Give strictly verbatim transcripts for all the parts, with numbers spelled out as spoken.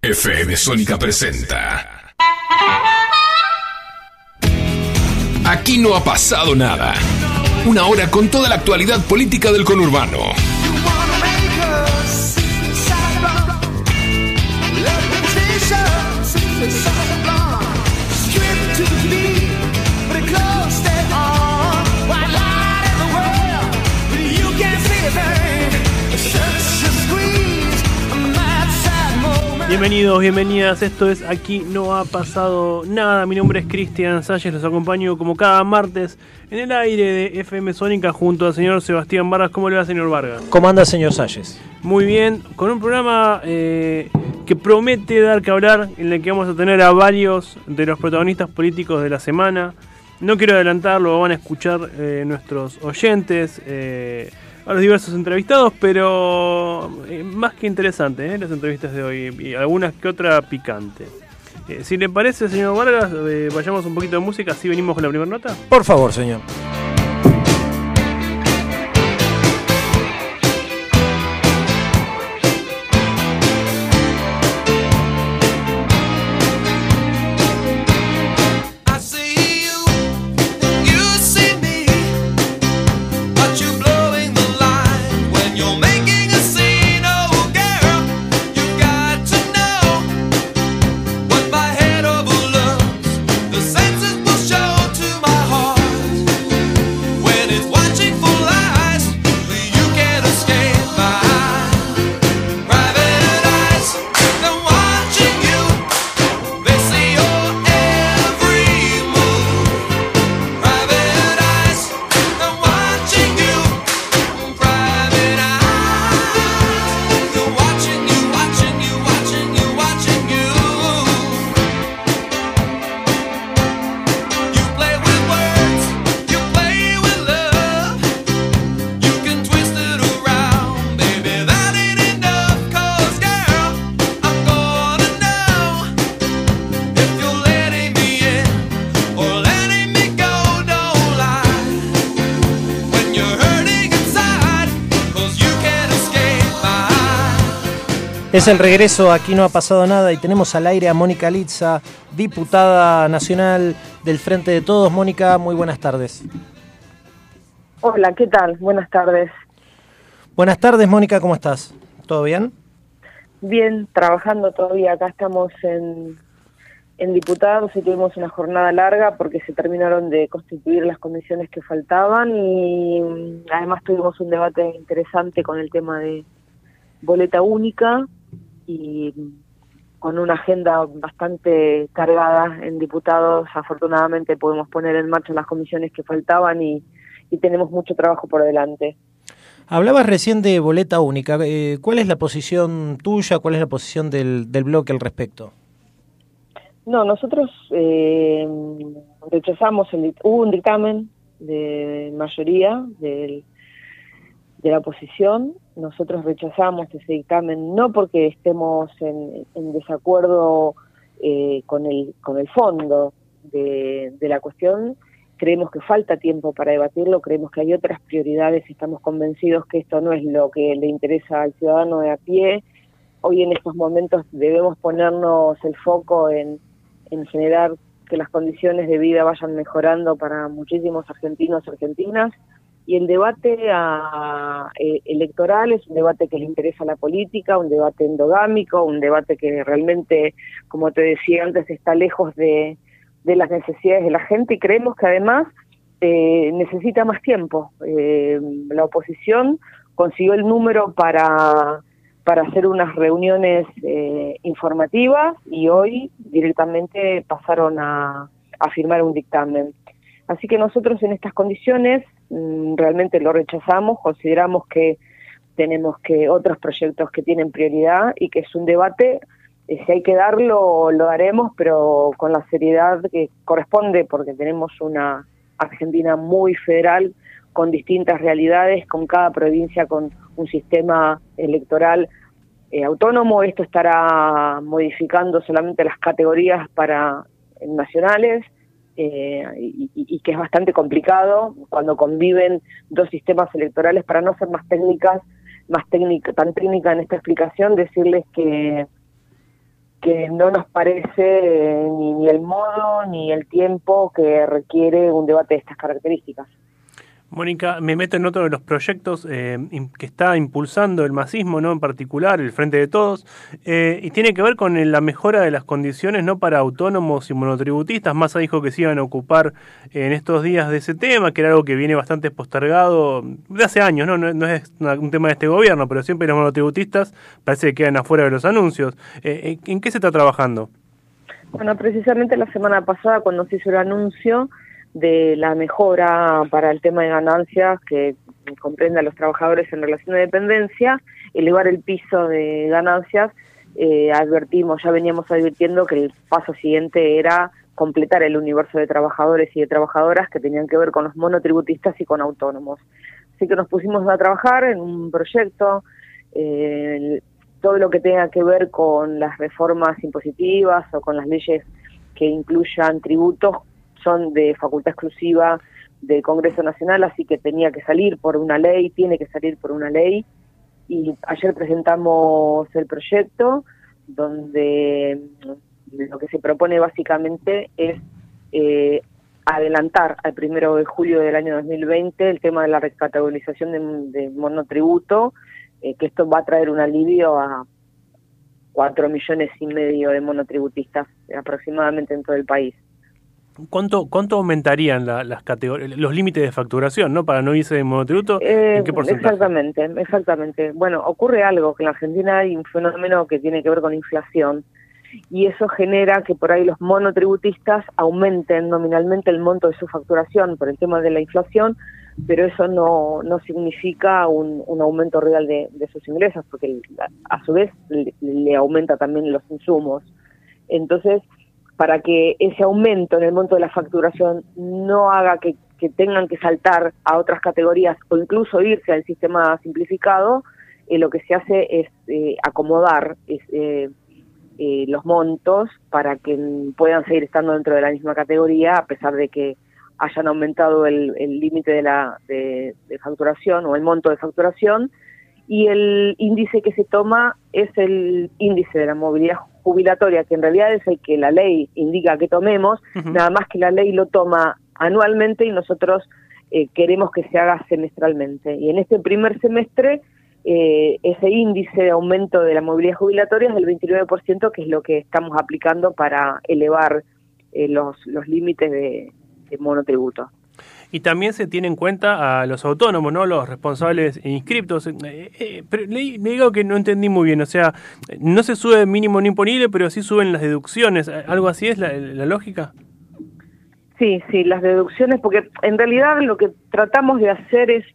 F M Sónica presenta. Aquí no ha pasado nada. Una hora con toda la actualidad política del conurbano. Bienvenidos, bienvenidas, esto es Aquí no ha pasado nada. Mi nombre es Cristian Salles, los acompaño como cada martes en el aire de F M Sónica junto al señor Sebastián Vargas. ¿Cómo le va, señor Vargas? ¿Cómo anda, señor Salles? Muy bien, con un programa eh, que promete dar que hablar, en el que vamos a tener a varios de los protagonistas políticos de la semana. No quiero adelantarlo, lo van a escuchar eh, nuestros oyentes, eh, a los diversos entrevistados, pero eh, más que interesante eh, las entrevistas de hoy, y algunas que otra picante. Eh, si le parece, señor Vargas, eh, vayamos un poquito de música, así venimos con la primera nota. Por favor, señor. Es el regreso, Aquí no ha pasado nada, y tenemos al aire a Mónica Litza, diputada nacional del Frente de Todos. Mónica, muy buenas tardes. Hola, ¿qué tal? Buenas tardes. Buenas tardes, Mónica, ¿cómo estás? ¿Todo bien? Bien, trabajando todavía. Acá estamos en, en diputados y tuvimos una jornada larga porque se terminaron de constituir las comisiones que faltaban y además tuvimos un debate interesante con el tema de boleta única y con una agenda bastante cargada en diputados. Afortunadamente podemos poner en marcha las comisiones que faltaban y, y tenemos mucho trabajo por delante. Hablabas recién de boleta única. Eh, ¿Cuál es la posición tuya? ¿Cuál es la posición del, del bloque al respecto? No, nosotros eh, rechazamos, el, hubo un dictamen de mayoría del de la oposición. Nosotros rechazamos ese dictamen no porque estemos en, en desacuerdo eh, con el con el fondo de, de la cuestión. Creemos que falta tiempo para debatirlo, creemos que hay otras prioridades, estamos convencidos que esto no es lo que le interesa al ciudadano de a pie. Hoy en estos momentos debemos ponernos el foco en, en generar que las condiciones de vida vayan mejorando para muchísimos argentinos y argentinas. Y el debate a, eh, electoral es un debate que le interesa a la política, un debate endogámico, un debate que realmente, como te decía antes, está lejos de, de las necesidades de la gente, y creemos que además eh, necesita más tiempo. Eh, la oposición consiguió el número para, para hacer unas reuniones eh, informativas y hoy directamente pasaron a, a firmar un dictamen. Así que nosotros en estas condiciones realmente lo rechazamos, consideramos que tenemos que otros proyectos que tienen prioridad y que es un debate, eh, si hay que darlo, lo daremos, pero con la seriedad que corresponde, porque tenemos una Argentina muy federal, con distintas realidades, con cada provincia con un sistema electoral eh, autónomo. Esto estará modificando solamente las categorías para eh, nacionales, Eh, y, y que es bastante complicado cuando conviven dos sistemas electorales. Para no ser más técnicas, más técnica, tan técnica en esta explicación, decirles que que no nos parece ni, ni el modo ni el tiempo que requiere un debate de estas características. Mónica, me meto en otro de los proyectos eh, que está impulsando el masismo, ¿no? En particular, el Frente de Todos, eh, y tiene que ver con la mejora de las condiciones, ¿no? Para autónomos y monotributistas. Massa dijo que se iban a ocupar eh, en estos días de ese tema, que era algo que viene bastante postergado de hace años, ¿no? No, no es una, un tema de este gobierno, pero siempre los monotributistas parece que quedan afuera de los anuncios. Eh, ¿En qué se está trabajando? Bueno, precisamente la semana pasada, cuando se hizo el anuncio de la mejora para el tema de ganancias que comprende a los trabajadores en relación de dependencia, elevar el piso de ganancias, eh, advertimos, ya veníamos advirtiendo que el paso siguiente era completar el universo de trabajadores y de trabajadoras que tenían que ver con los monotributistas y con autónomos. Así que nos pusimos a trabajar en un proyecto, eh, todo lo que tenga que ver con las reformas impositivas o con las leyes que incluyan tributos, son de facultad exclusiva del Congreso Nacional, así que tenía que salir por una ley, tiene que salir por una ley, y ayer presentamos el proyecto, donde lo que se propone básicamente es eh, adelantar al primero de julio del año dos mil veinte el tema de la recategorización de, de monotributo, eh, que esto va a traer un alivio a cuatro millones y medio de monotributistas aproximadamente en todo el país. ¿Cuánto cuánto aumentarían la, las categorías, los límites de facturación, ¿no? Para no irse de monotributo, eh, ¿en qué porcentaje? Exactamente, exactamente. Bueno, ocurre algo, que en la Argentina hay un fenómeno que tiene que ver con inflación, y eso genera que por ahí los monotributistas aumenten nominalmente el monto de su facturación por el tema de la inflación, pero eso no, no significa un, un aumento real de, de sus ingresos, porque a su vez le, le aumenta también los insumos. Entonces, para que ese aumento en el monto de la facturación no haga que, que tengan que saltar a otras categorías o incluso irse al sistema simplificado, eh, lo que se hace es eh, acomodar es, eh, eh, los montos para que puedan seguir estando dentro de la misma categoría, a pesar de que hayan aumentado el límite de la de, de facturación o el monto de facturación, y el índice que se toma es el índice de la movilidad jubilatoria, que en realidad es el que la ley indica que tomemos, uh-huh. Nada más que la ley lo toma anualmente y nosotros eh, queremos que se haga semestralmente. Y en este primer semestre, eh, ese índice de aumento de la movilidad jubilatoria es del veintinueve por ciento, que es lo que estamos aplicando para elevar eh, los, los límites de, de monotributo. Y también se tiene en cuenta a los autónomos, ¿no? Los responsables inscriptos. Eh, eh, pero le, le digo que no entendí muy bien. O sea, no se sube el mínimo no imponible, pero sí suben las deducciones. ¿Algo así es la, la lógica? Sí, sí, las deducciones, porque en realidad lo que tratamos de hacer es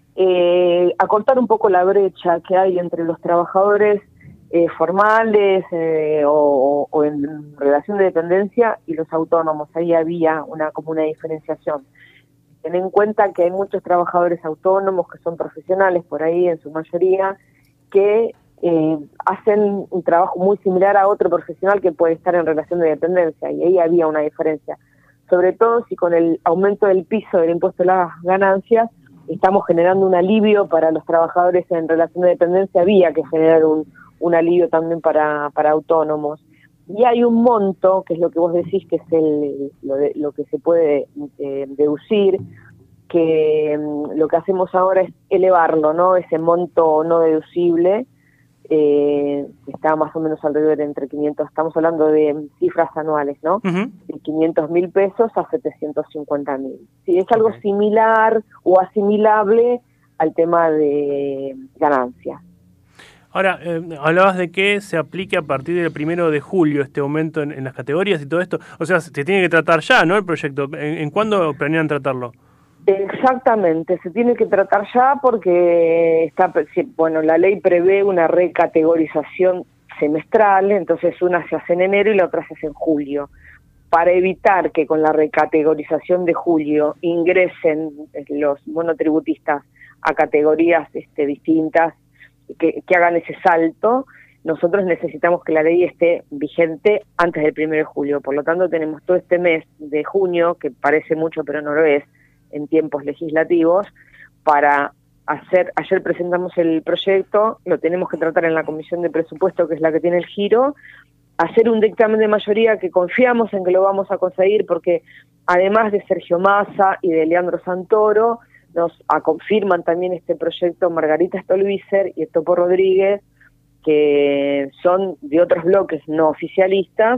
eh, acortar un poco la brecha que hay entre los trabajadores eh, formales eh, o, o en relación de dependencia y los autónomos. Ahí había una como una diferenciación. Ten en cuenta que hay muchos trabajadores autónomos que son profesionales por ahí en su mayoría, que eh, hacen un trabajo muy similar a otro profesional que puede estar en relación de dependencia, y ahí había una diferencia. Sobre todo si con el aumento del piso del impuesto a las ganancias estamos generando un alivio para los trabajadores en relación de dependencia, había que generar un, un alivio también para, para autónomos. Y hay un monto, que es lo que vos decís, que es el, lo, de, lo que se puede eh, deducir, que um, lo que hacemos ahora es elevarlo, ¿no? Ese monto no deducible, eh, está más o menos alrededor de entre quinientos, estamos hablando de cifras anuales, ¿no? Uh-huh. De quinientos mil pesos a setecientos cincuenta mil. Sí, es algo okay. Similar o asimilable al tema de ganancias. Ahora, eh, hablabas de que se aplique a partir del primero de julio este aumento en, en las categorías y todo esto. O sea, se tiene que tratar ya, ¿no? El proyecto. ¿En, en cuándo planean tratarlo? Exactamente, se tiene que tratar ya porque está, bueno, la ley prevé una recategorización semestral, entonces una se hace en enero y la otra se hace en julio. Para evitar que con la recategorización de julio ingresen los monotributistas a categorías este, distintas, Que, que hagan ese salto, nosotros necesitamos que la ley esté vigente antes del primero de julio. Por lo tanto, tenemos todo este mes de junio, que parece mucho pero no lo es, en tiempos legislativos, para hacer, ayer presentamos el proyecto, lo tenemos que tratar en la Comisión de Presupuesto, que es la que tiene el giro, hacer un dictamen de mayoría que confiamos en que lo vamos a conseguir, porque además de Sergio Massa y de Leandro Santoro, nos confirman también este proyecto Margarita Stolbizer y el Topo Rodríguez, que son de otros bloques no oficialistas,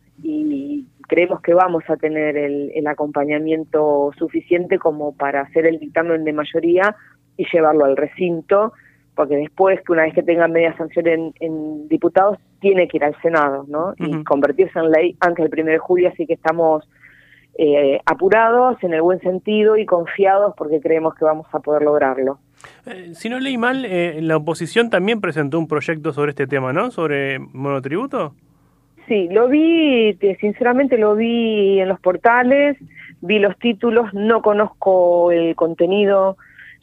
y creemos que vamos a tener el, el acompañamiento suficiente como para hacer el dictamen de mayoría y llevarlo al recinto, porque después, que una vez que tenga media sanción en, en diputados, tiene que ir al Senado, ¿no? Uh-huh. Y convertirse en ley antes del primero de julio, así que estamos eh, apurados en el buen sentido y confiados porque creemos que vamos a poder lograrlo. Eh, si no leí mal, eh, la oposición también presentó un proyecto sobre este tema, ¿no? Sobre monotributo. Sí, lo vi, sinceramente lo vi en los portales, vi los títulos, no conozco el contenido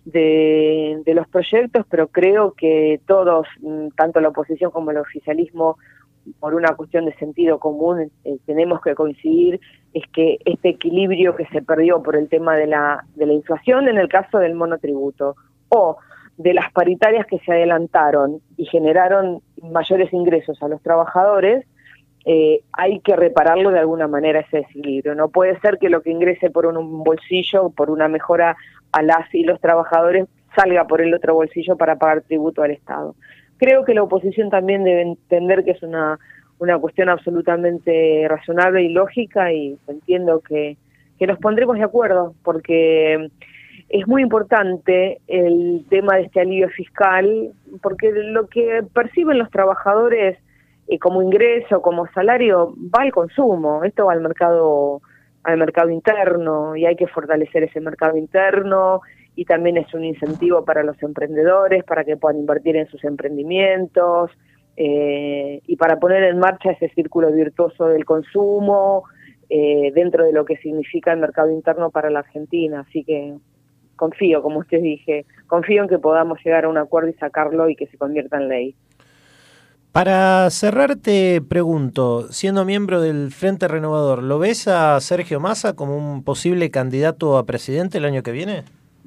de, de los proyectos, pero creo que todos, tanto la oposición como el oficialismo, por una cuestión de sentido común, eh, tenemos que coincidir, es que este equilibrio que se perdió por el tema de la, de la inflación en el caso del monotributo, o de las paritarias que se adelantaron y generaron mayores ingresos a los trabajadores, Eh, hay que repararlo de alguna manera ese desequilibrio. No puede ser que lo que ingrese por un bolsillo, por una mejora a las y los trabajadores, salga por el otro bolsillo para pagar tributo al Estado. Creo que la oposición también debe entender que es una, una cuestión absolutamente razonable y lógica, y entiendo que, que nos pondremos de acuerdo, porque es muy importante el tema de este alivio fiscal, porque lo que perciben los trabajadores Eh, como ingreso, como salario, va al consumo. Esto va al mercado, al mercado interno, y hay que fortalecer ese mercado interno, y también es un incentivo para los emprendedores, para que puedan invertir en sus emprendimientos, eh, y para poner en marcha ese círculo virtuoso del consumo, eh, dentro de lo que significa el mercado interno para la Argentina. Así que confío, como usted dije, confío en que podamos llegar a un acuerdo y sacarlo y que se convierta en ley. Para cerrar, te pregunto, siendo miembro del Frente Renovador, ¿lo ves a Sergio Massa como un posible candidato a presidente el año que viene?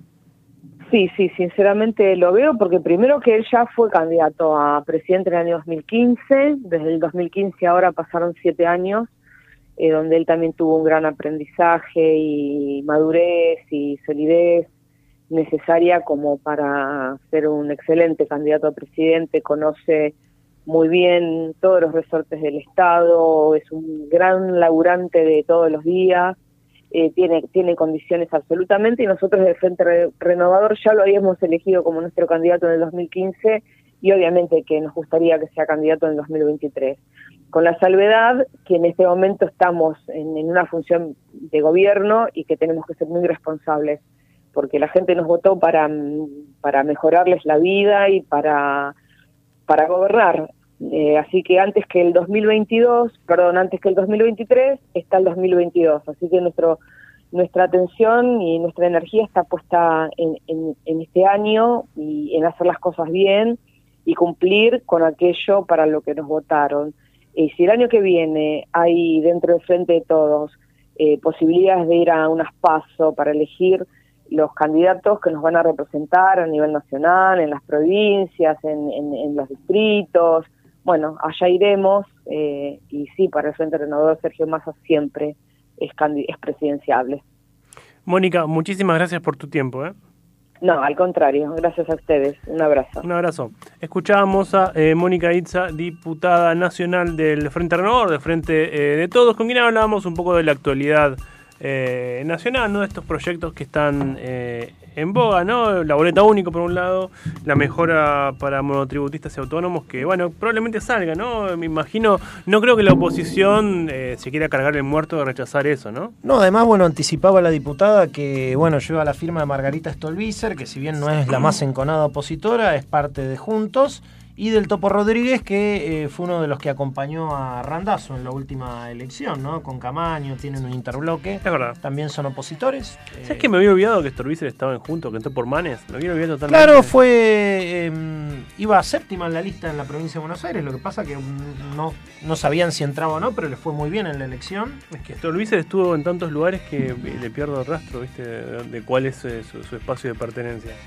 Sí, sí, sinceramente lo veo, porque primero que él ya fue candidato a presidente en el año dos mil quince, desde el dos mil quince ahora pasaron siete años, eh, donde él también tuvo un gran aprendizaje y madurez y solidez necesaria como para ser un excelente candidato a presidente. Conoce muy bien todos los resortes del Estado, es un gran laburante de todos los días, eh, tiene, tiene condiciones absolutamente, y nosotros del Frente Re- Renovador ya lo habíamos elegido como nuestro candidato en el dos mil quince, y obviamente que nos gustaría que sea candidato en el dos mil veintitrés. Con la salvedad que en este momento estamos en, en una función de gobierno y que tenemos que ser muy responsables, porque la gente nos votó para, para mejorarles la vida y para... para gobernar, eh, así que antes que el dos mil veintidós, perdón, antes que el dos mil veintitrés, está el dos mil veintidós, así que nuestro nuestra atención y nuestra energía está puesta en, en, en este año y en hacer las cosas bien y cumplir con aquello para lo que nos votaron. Y si el año que viene hay dentro del Frente de Todos eh, posibilidades de ir a unas PASO para elegir los candidatos que nos van a representar a nivel nacional, en las provincias, en, en, en los distritos, bueno, allá iremos, eh, y sí, para el Frente Renovador Sergio Massa siempre es, candid- es presidenciable. Mónica, muchísimas gracias por tu tiempo, ¿eh? No, al contrario, gracias a ustedes, un abrazo. Un abrazo. Escuchábamos a eh, Mónica Itza, diputada nacional del Frente Renovador, del Frente eh, de Todos, con quien hablábamos un poco de la actualidad Eh, nacional, ¿no? De estos proyectos que están eh, en boga, ¿no? La boleta única por un lado, la mejora para monotributistas y autónomos, que bueno, probablemente salga, ¿no? Me imagino, no creo que la oposición eh, se quiera cargar el muerto de rechazar eso, ¿no? No, además, bueno, anticipaba la diputada que, bueno, lleva la firma de Margarita Stolbizer, que si bien no es la más enconada opositora, es parte de Juntos, y del Topo Rodríguez, que eh, fue uno de los que acompañó a Randazzo en la última elección, ¿no? Con Camaño, tienen un interbloque. Es verdad. También son opositores. ¿Sabes eh, que me había olvidado que Stolbizer estaba en Juntos, que entró por Manes? Me había olvidado totalmente. Claro, fue eh, iba a séptima en la lista en la provincia de Buenos Aires, lo que pasa que no, no sabían si entraba o no, pero le fue muy bien en la elección. Es que Stolbizer estuvo en tantos lugares que le pierdo el rastro, ¿viste? De, de cuál es eh, su, su espacio de pertenencia.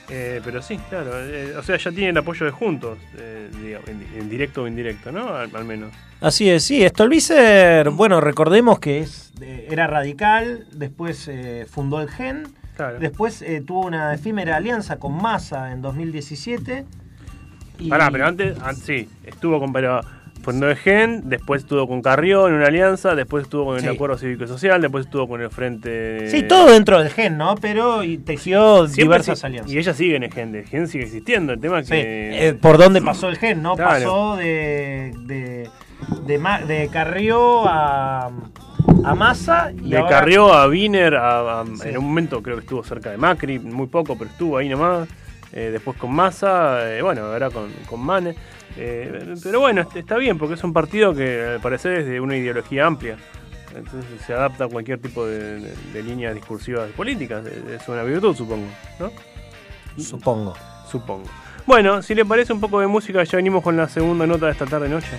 Eh, pero sí, claro. Eh, o sea, ya tiene el apoyo de Juntos, eh, digamos, en, en directo o indirecto, ¿no? Al, al menos. Así es, sí. Stolbizer, bueno, recordemos que es eh, era radical, después eh, fundó el G E N, Claro. después eh, tuvo una efímera alianza con Massa en dos mil diecisiete. Y... Pará, pero antes, antes sí, estuvo con... Pero, fundó el G E N, después estuvo con Carrió en una alianza, después estuvo con el Sí. Acuerdo Cívico y Social, después estuvo con el Frente... Sí, todo dentro del G E N, ¿no? Pero y tejió Siempre diversas sí, alianzas. Y ella sigue en el G E N, el G E N sigue existiendo, el tema es Sí, que... eh, por dónde pasó el G E N, ¿no? Claro. Pasó de de, de, Ma- de Carrió a, a Massa y de ahora- Carrió a Wiener, a, a- Sí. en un momento creo que estuvo cerca de Macri, muy poco, pero estuvo ahí nomás. Eh, después con Massa, eh, bueno, ahora con, con Mane. Eh, pero bueno, est- está bien, porque es un partido que al parecer es de una ideología amplia. Entonces se adapta a cualquier tipo de, de, de líneas discursivas políticas. Es una virtud, supongo, ¿no? Supongo. Supongo. Bueno, si le parece un poco de música, ya venimos con la segunda nota de esta tarde-noche.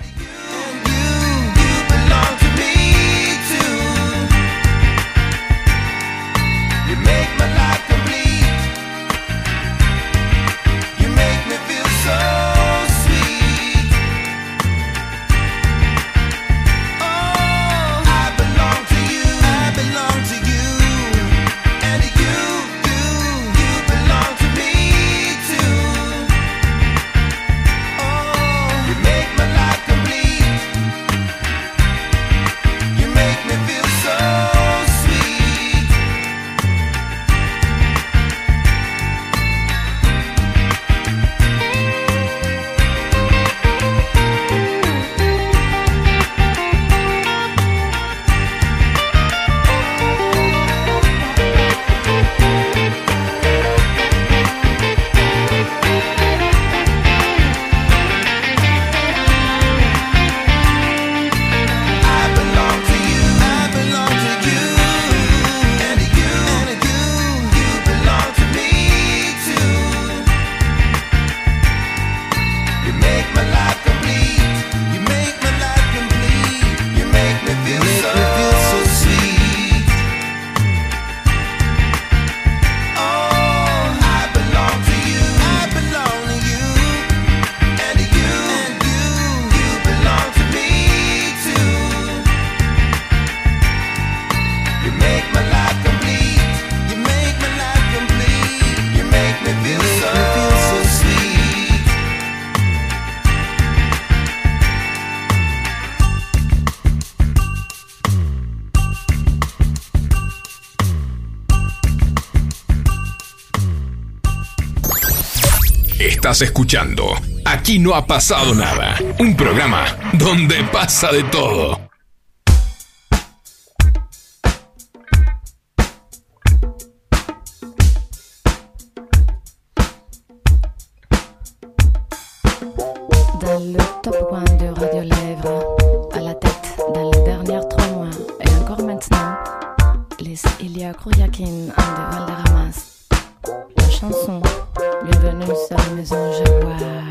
Estás escuchando Aquí no ha pasado nada, un programa donde pasa de todo. Dans le top one de Radio Lèvres, à la tête dans les derniers trois mois et encore maintenant, les Ilia Kouriakin de Valderramas. La chanson Bienvenue sur la maison Jaguar.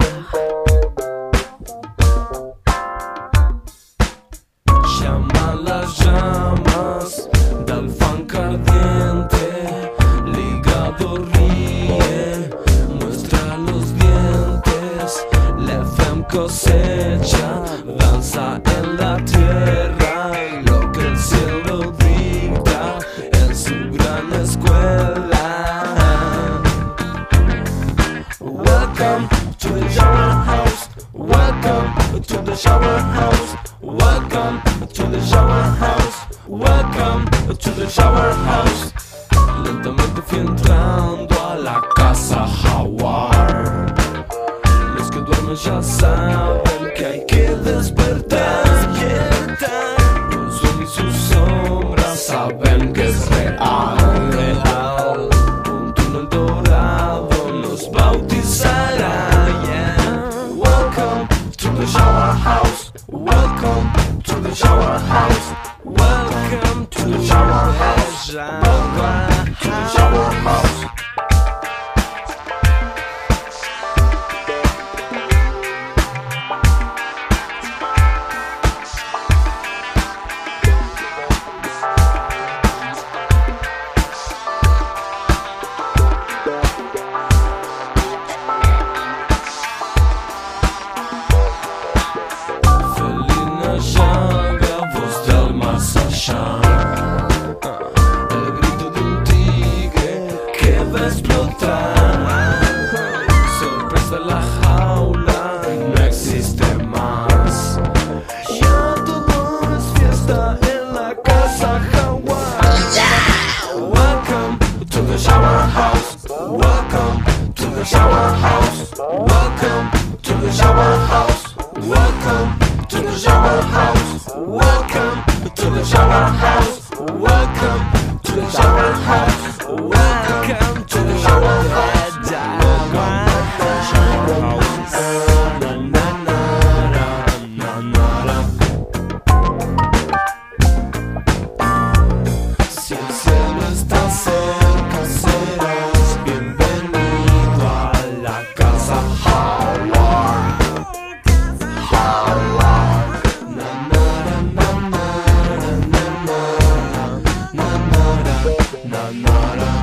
Llama las llamas del funk ardiente, ligado ríe, muestra los dientes, la F M cosecha, danza en la tierra, lo que el cielo dicta en su gran escuela. Welcome to the shower house, welcome to the shower house, welcome to the shower house, welcome to the shower house. Lentamente fui entrando a la casa Jaguar. Los que duermen ya saben que hay que despertar. Los sueños y sus sombras saben que es real, real. Un túnel dorado nos bautizará. Yeah. Welcome to the shower house. Welcome to the shower house. Welcome to the shower house. Welcome to the shower house. marchan. El grito de un tigre que va a explotar. Sorpresa en la jaula, no existe más. Ya todo es fiesta en la casa Hawaii. Welcome to the shower house. Welcome to the shower house. Welcome to the shower house. Welcome to the shower house. Welcome to the shower house. Welcome to the shower house. Welcome to the shower house. Na na na na na na. Si el cielo está cerca, serás bienvenido a la casa Howard. Howard. Na na na na na na na na na na na.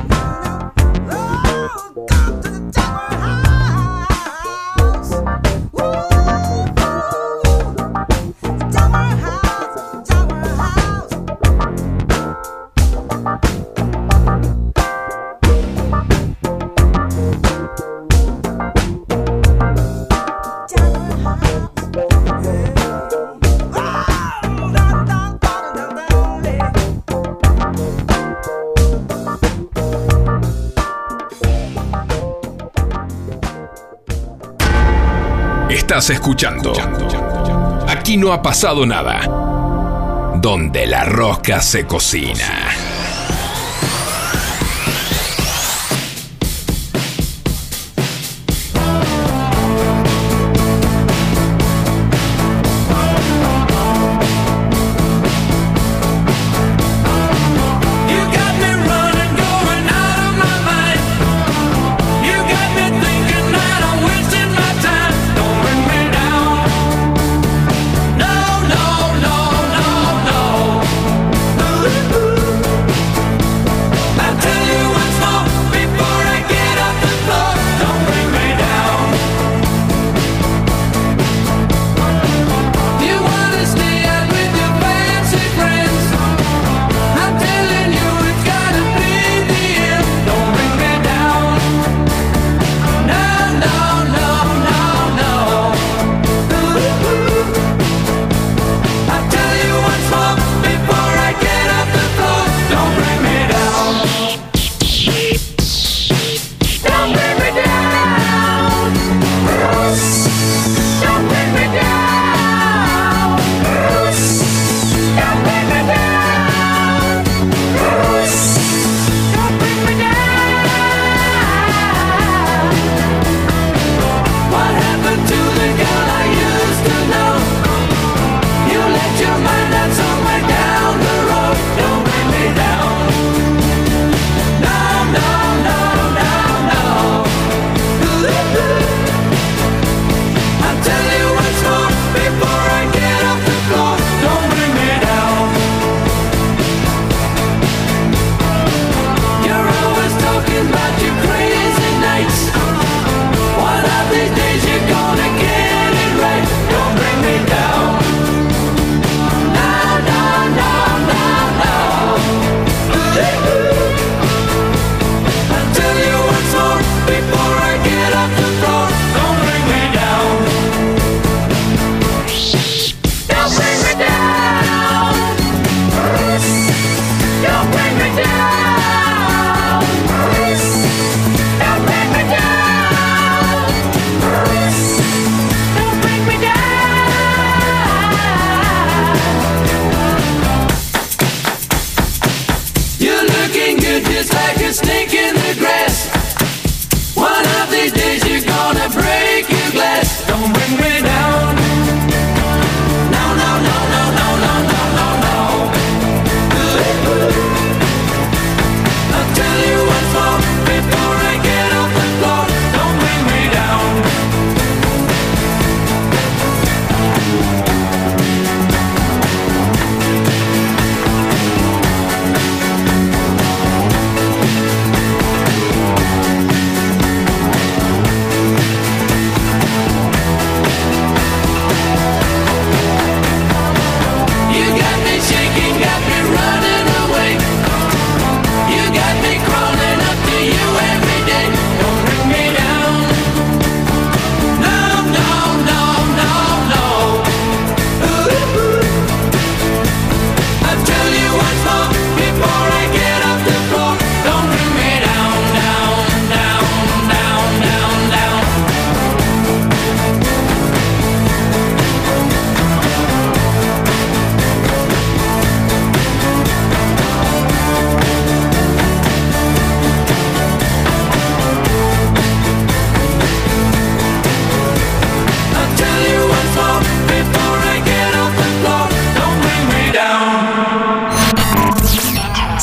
Estás escuchando Aquí no ha pasado nada, donde la rosca se cocina.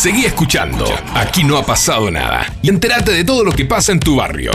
Seguí escuchando. Aquí no ha pasado nada. Y entérate de todo lo que pasa en tu barrio.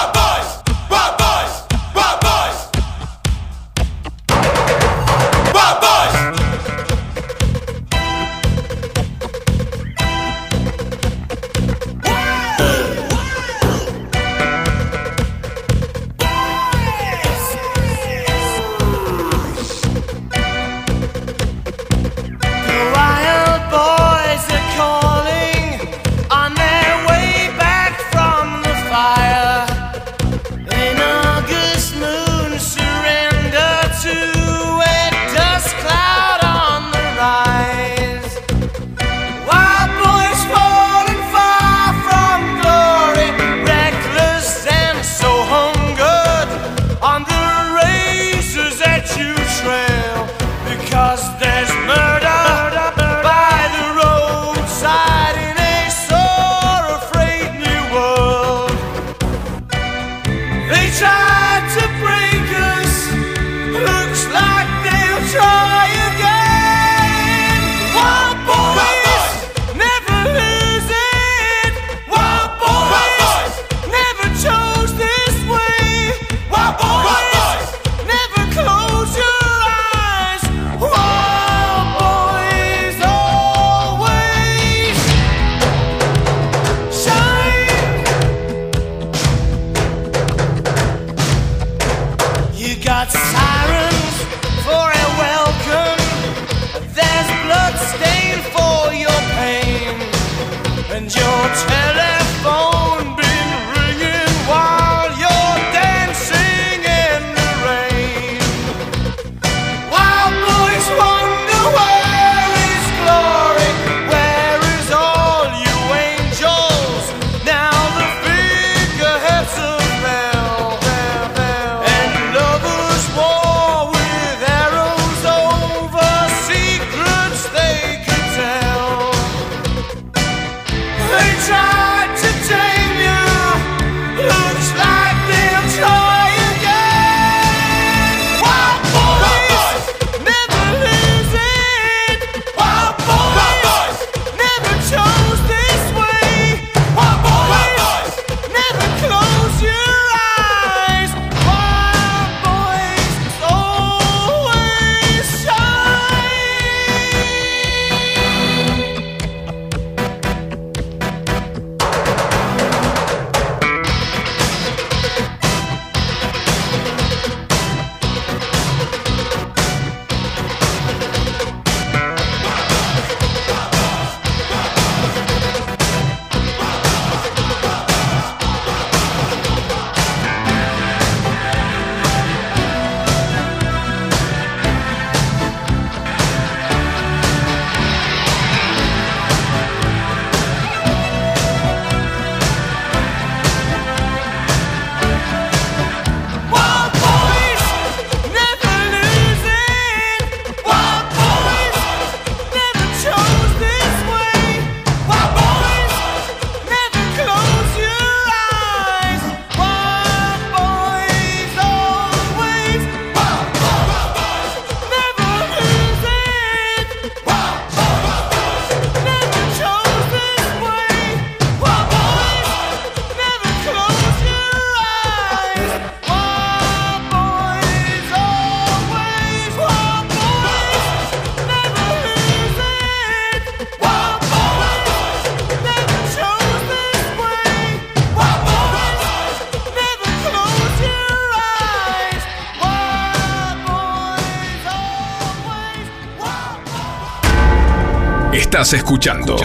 Estás escuchando.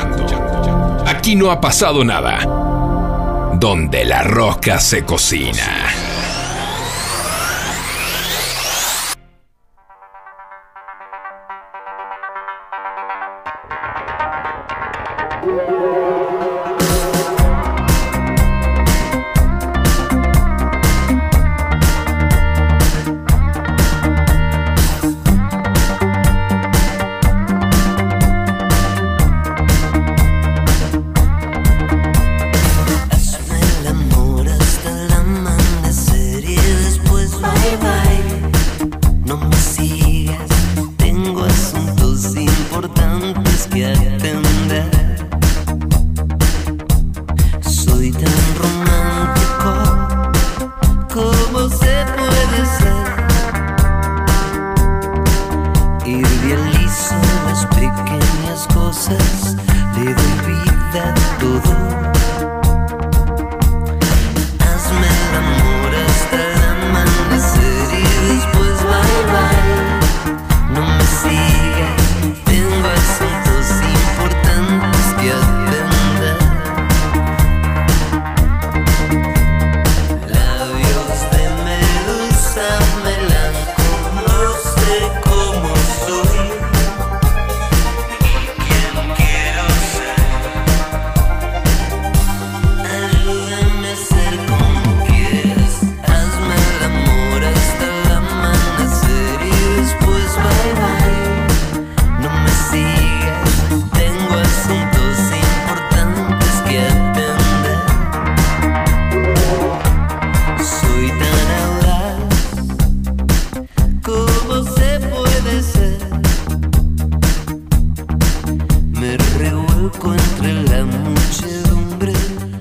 Aquí no ha pasado nada. Donde la rosca se cocina. Hazme el amor hasta el amanecer. pequeñas cosas le doy vida a todo. Hazme el amor hasta el amanecer y después bye bye. No me sigas, tengo asuntos importantes que atender. Labios de medusa, melanco, no sé cómo soy. Ayúdame a ser como quieras. Hazme el amor hasta el amanecer y después bye bye. No me sigas, tengo asuntos importantes que atender. Soy tan audaz, ¿cómo se puede ser? Me revuelco entre la muchedumbre.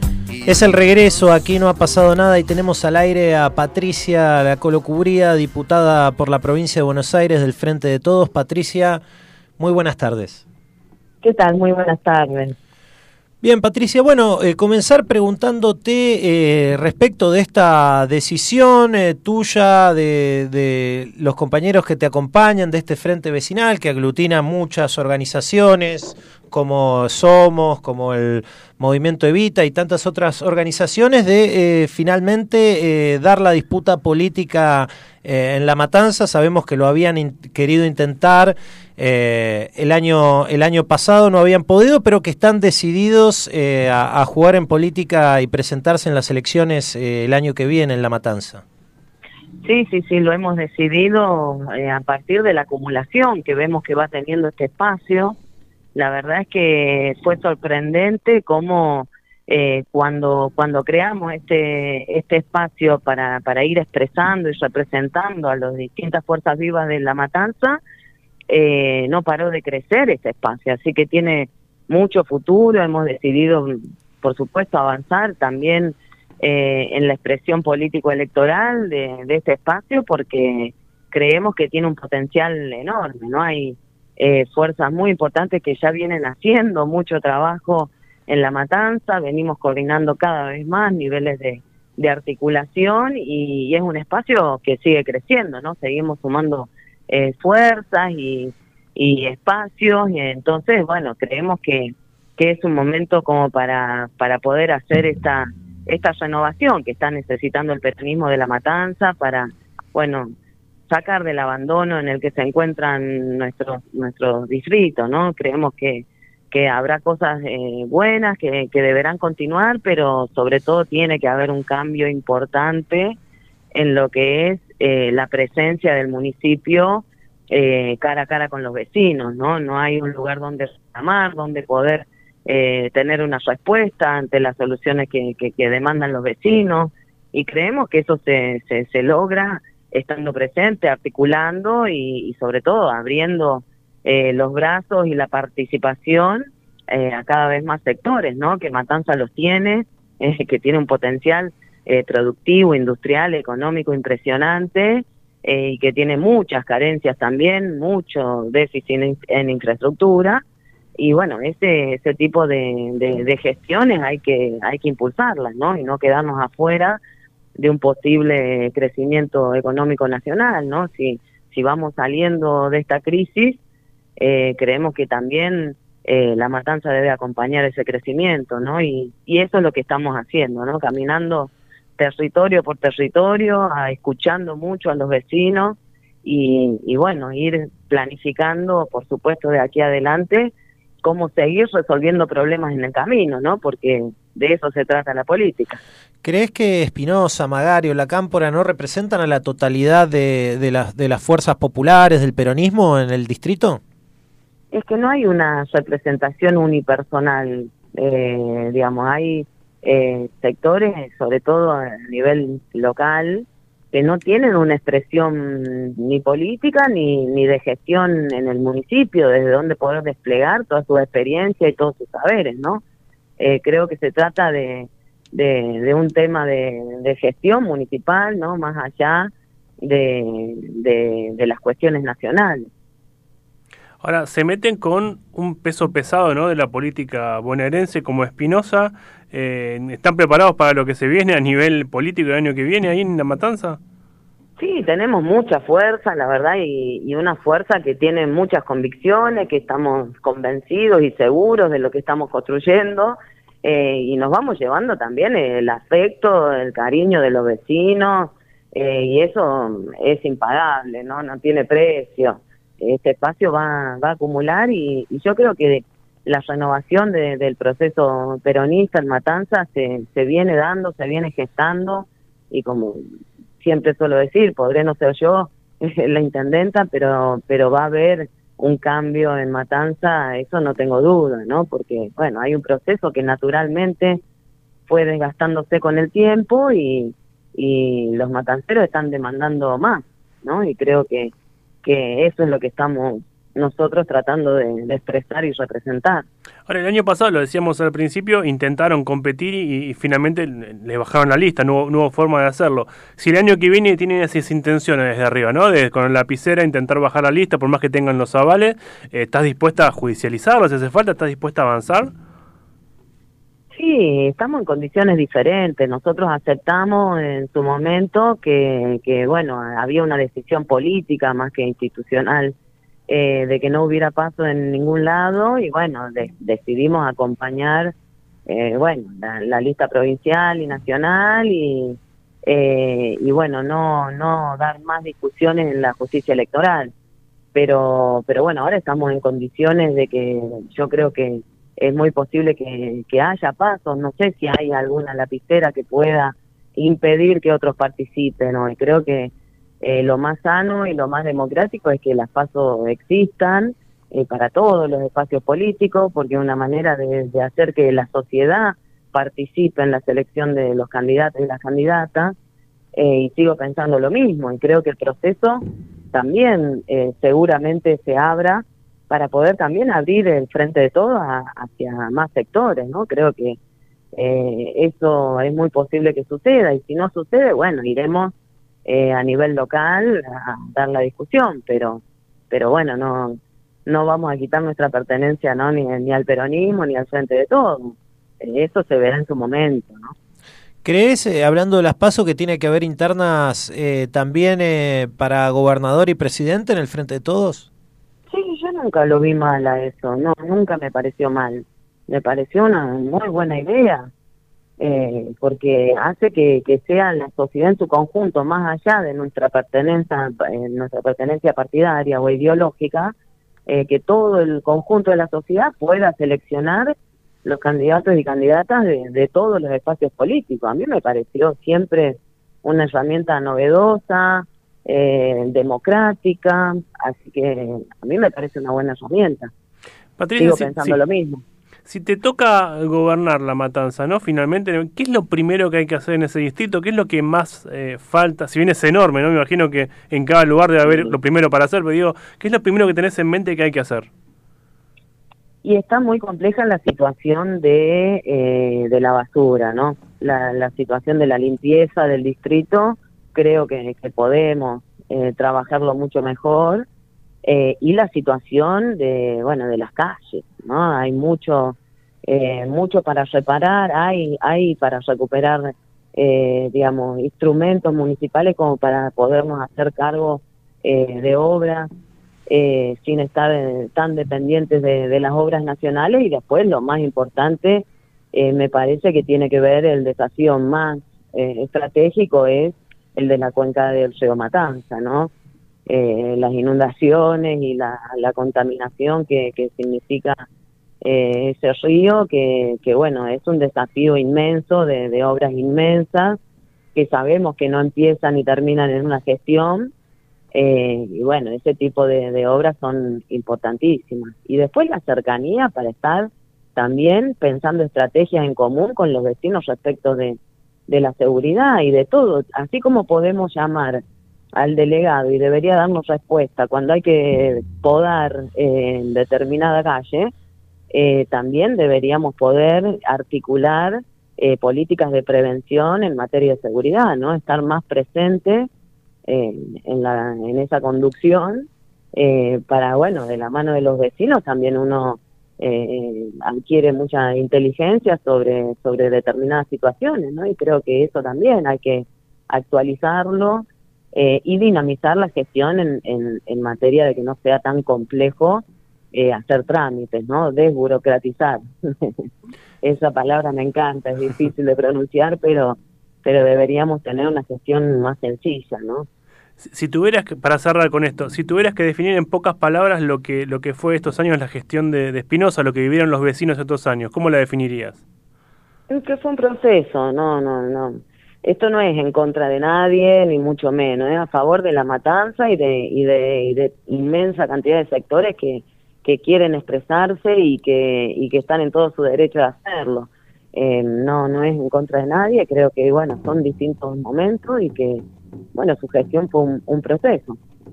Es el regreso, aquí no ha pasado nada y tenemos al aire a Patricia La Colocubría, diputada por la provincia de Buenos Aires del Frente de Todos. Patricia, muy buenas tardes. ¿Qué tal? Muy buenas tardes. Bien, Patricia, bueno, eh, comenzar preguntándote eh, respecto de esta decisión eh, tuya, de, de los compañeros que te acompañan de este Frente Vecinal, que aglutina muchas organizaciones, como Somos, como el Movimiento Evita y tantas otras organizaciones, de eh, finalmente eh, dar la disputa política eh, en La Matanza. Sabemos que lo habían in- querido intentar eh, el año el año pasado, no habían podido, pero que están decididos eh, a, a jugar en política y presentarse en las elecciones eh, el año que viene en La Matanza. Sí, sí, sí, lo hemos decidido eh, a partir de la acumulación que vemos que va teniendo este espacio. La verdad es que fue sorprendente cómo eh, cuando cuando creamos este este espacio para para ir expresando y representando a las distintas fuerzas vivas de La Matanza, eh, no paró de crecer este espacio, así que tiene mucho futuro. Hemos decidido, por supuesto, avanzar también eh, en la expresión político-electoral de, de este espacio, porque creemos que tiene un potencial enorme, ¿no? Hay eh, fuerzas muy importantes que ya vienen haciendo mucho trabajo en La Matanza, venimos coordinando cada vez más niveles de, de articulación y, y es un espacio que sigue creciendo, ¿no? Seguimos sumando eh, fuerzas y, y espacios, y entonces, bueno, creemos que, que es un momento como para, para poder hacer esta, esta renovación que está necesitando el peronismo de La Matanza para, bueno, sacar del abandono en el que se encuentran nuestros nuestros distritos, ¿no? Creemos que que habrá cosas eh, buenas que, que deberán continuar, pero sobre todo tiene que haber un cambio importante en lo que es eh, la presencia del municipio eh, cara a cara con los vecinos, ¿no? No hay un lugar donde reclamar, donde poder eh, tener una respuesta ante las soluciones que, que, que demandan los vecinos, y creemos que eso se, se, se logra estando presente, articulando y, y sobre todo abriendo Eh, los brazos y la participación eh, a cada vez más sectores, ¿no? Que Matanza los tiene, eh, que tiene un potencial eh, productivo, industrial, económico impresionante, eh, y que tiene muchas carencias también, mucho déficit en, en infraestructura, y bueno, ese ese tipo de, de, de gestiones hay que hay que impulsarlas, ¿no? Y no quedarnos afuera de un posible crecimiento económico nacional, ¿no? Si si vamos saliendo de esta crisis, Eh, creemos que también eh, La Matanza debe acompañar ese crecimiento, ¿no? Y, y eso es lo que estamos haciendo, ¿no? Caminando territorio por territorio, a, escuchando mucho a los vecinos y, y bueno, ir planificando, por supuesto, de aquí adelante, cómo seguir resolviendo problemas en el camino, ¿no? Porque de eso se trata la política. ¿Crees que Espinosa, Magario, La Cámpora no representan a la totalidad de, de, las, de las fuerzas populares del peronismo en el distrito? Es que no hay una representación unipersonal, eh, digamos, hay eh, sectores, sobre todo a nivel local, que no tienen una expresión ni política ni, ni de gestión en el municipio, desde donde poder desplegar toda su experiencia y todos sus saberes, ¿no? Eh, creo que se trata de, de, de un tema de, de gestión municipal, ¿no? Más allá de, de, de las cuestiones nacionales. Ahora, se meten con un peso pesado, ¿no?, de la política bonaerense como Espinosa. Eh, ¿Están preparados para lo que se viene a nivel político el año que viene ahí en La Matanza? Sí, tenemos mucha fuerza, la verdad, y, y una fuerza que tiene muchas convicciones, que estamos convencidos y seguros de lo que estamos construyendo, eh, y nos vamos llevando también el afecto, el cariño de los vecinos, eh, y eso es impagable, ¿no? No tiene precio. Este espacio va, va a acumular y, y yo creo que la renovación de, del proceso peronista en Matanza se, se viene dando, se viene gestando, y como siempre suelo decir, podré no ser yo la intendenta, pero pero va a haber un cambio en Matanza, eso no tengo duda, ¿no? Porque, bueno, hay un proceso que naturalmente fue desgastándose con el tiempo y, y los matanceros están demandando más, ¿no? Y creo que, que eso es lo que estamos nosotros tratando de, de expresar y representar. Ahora, el año pasado, lo decíamos al principio, intentaron competir y, y finalmente le bajaron la lista, no hubo, no hubo forma de hacerlo. Si el año que viene tienen esas intenciones desde arriba, ¿no?, de con la lapicera intentar bajar la lista, por más que tengan los avales, eh, ¿estás dispuesta a judicializarlo si hace falta? ¿Estás dispuesta a avanzar? Sí, estamos en condiciones diferentes. Nosotros aceptamos en su momento que, que bueno, había una decisión política más que institucional, Eh, de que no hubiera paso en ningún lado, y bueno, de, decidimos acompañar eh, bueno la, la lista provincial y nacional, y eh, y bueno, no no dar más discusiones en la justicia electoral, pero pero bueno, ahora estamos en condiciones de que yo creo que es muy posible que, que haya pasos. No sé si hay alguna lapicera que pueda impedir que otros participen, ¿no? Y creo que Eh, lo más sano y lo más democrático es que las PASO existan eh, para todos los espacios políticos, porque es una manera de, de hacer que la sociedad participe en la selección de los candidatos y las candidatas, eh, y sigo pensando lo mismo, y creo que el proceso también eh, seguramente se abra para poder también abrir el frente de todos a, hacia más sectores, ¿no? Creo que eh, eso es muy posible que suceda, y si no sucede, bueno, iremos Eh, a nivel local a dar la discusión, pero pero bueno, no no vamos a quitar nuestra pertenencia, no ni, ni al peronismo ni al frente de todo. Eh, eso se verá en su momento, ¿no? ¿Crees, eh, hablando de las PASO, que tiene que haber internas eh, también eh, para gobernador y presidente en el frente de todos? Sí, yo nunca lo vi mal a eso, no, nunca me pareció mal. Me pareció una muy buena idea. Eh, porque hace que, que sea la sociedad en su conjunto, más allá de nuestra pertenencia, eh, nuestra pertenencia partidaria o ideológica, eh, que todo el conjunto de la sociedad pueda seleccionar los candidatos y candidatas de, de todos los espacios políticos. A mí me pareció siempre una herramienta novedosa, eh, democrática, así que a mí me parece una buena herramienta. Patricia, Sigo sí, pensando sí. lo mismo. Si te toca gobernar La Matanza, ¿no?, finalmente, ¿qué es lo primero que hay que hacer en ese distrito? ¿Qué es lo que más eh, falta? Si bien es enorme, ¿no? Me imagino que en cada lugar debe haber lo primero para hacer, pero digo, ¿qué es lo primero que tenés en mente que hay que hacer? Y está muy compleja la situación de, eh, de la basura, ¿no? La, la situación de la limpieza del distrito, creo que, que podemos eh, trabajarlo mucho mejor. Eh, y la situación de, bueno, de las calles, ¿no? Hay mucho, eh, mucho para reparar, hay, hay para recuperar, eh, digamos, instrumentos municipales como para podernos hacer cargo eh, de obras eh, sin estar eh, tan dependientes de, de las obras nacionales. Y después, lo más importante, eh, me parece que tiene que ver el desafío más eh, estratégico, es el de la cuenca del río Matanza, ¿no? Eh, las inundaciones y la, la contaminación que, que significa eh, ese río, que, que bueno, es un desafío inmenso de, de obras inmensas que sabemos que no empiezan ni terminan en una gestión, eh, y bueno, ese tipo de, de obras son importantísimas. Y después la cercanía para estar también pensando estrategias en común con los vecinos respecto de, de la seguridad y de todo, así como podemos llamar al delegado y debería darnos respuesta cuando hay que podar eh, en determinada calle, eh, también deberíamos poder articular eh, políticas de prevención en materia de seguridad, ¿no? Estar más presente eh, en, la, en esa conducción eh, para, bueno, de la mano de los vecinos también uno eh, adquiere mucha inteligencia sobre, sobre determinadas situaciones, ¿no? Y creo que eso también hay que actualizarlo eh, y dinamizar la gestión en, en, en materia de que no sea tan complejo eh, hacer trámites, ¿no? Desburocratizar. Esa palabra me encanta, es difícil de pronunciar, pero pero deberíamos tener una gestión más sencilla, ¿no? Si, si tuvieras que, para cerrar con esto, si tuvieras que definir en pocas palabras lo que lo que fue estos años la gestión de, de Espinosa, lo que vivieron los vecinos estos años, ¿cómo la definirías? Es que fue un proceso, no, no, no. Esto no es en contra de nadie, ni mucho menos, es a favor de la matanza y de y de, y de inmensa cantidad de sectores que, que quieren expresarse y que y que están en todo su derecho de hacerlo. Eh, no, no es en contra de nadie, creo que, bueno, son distintos momentos y que, bueno, su gestión fue un, un proceso.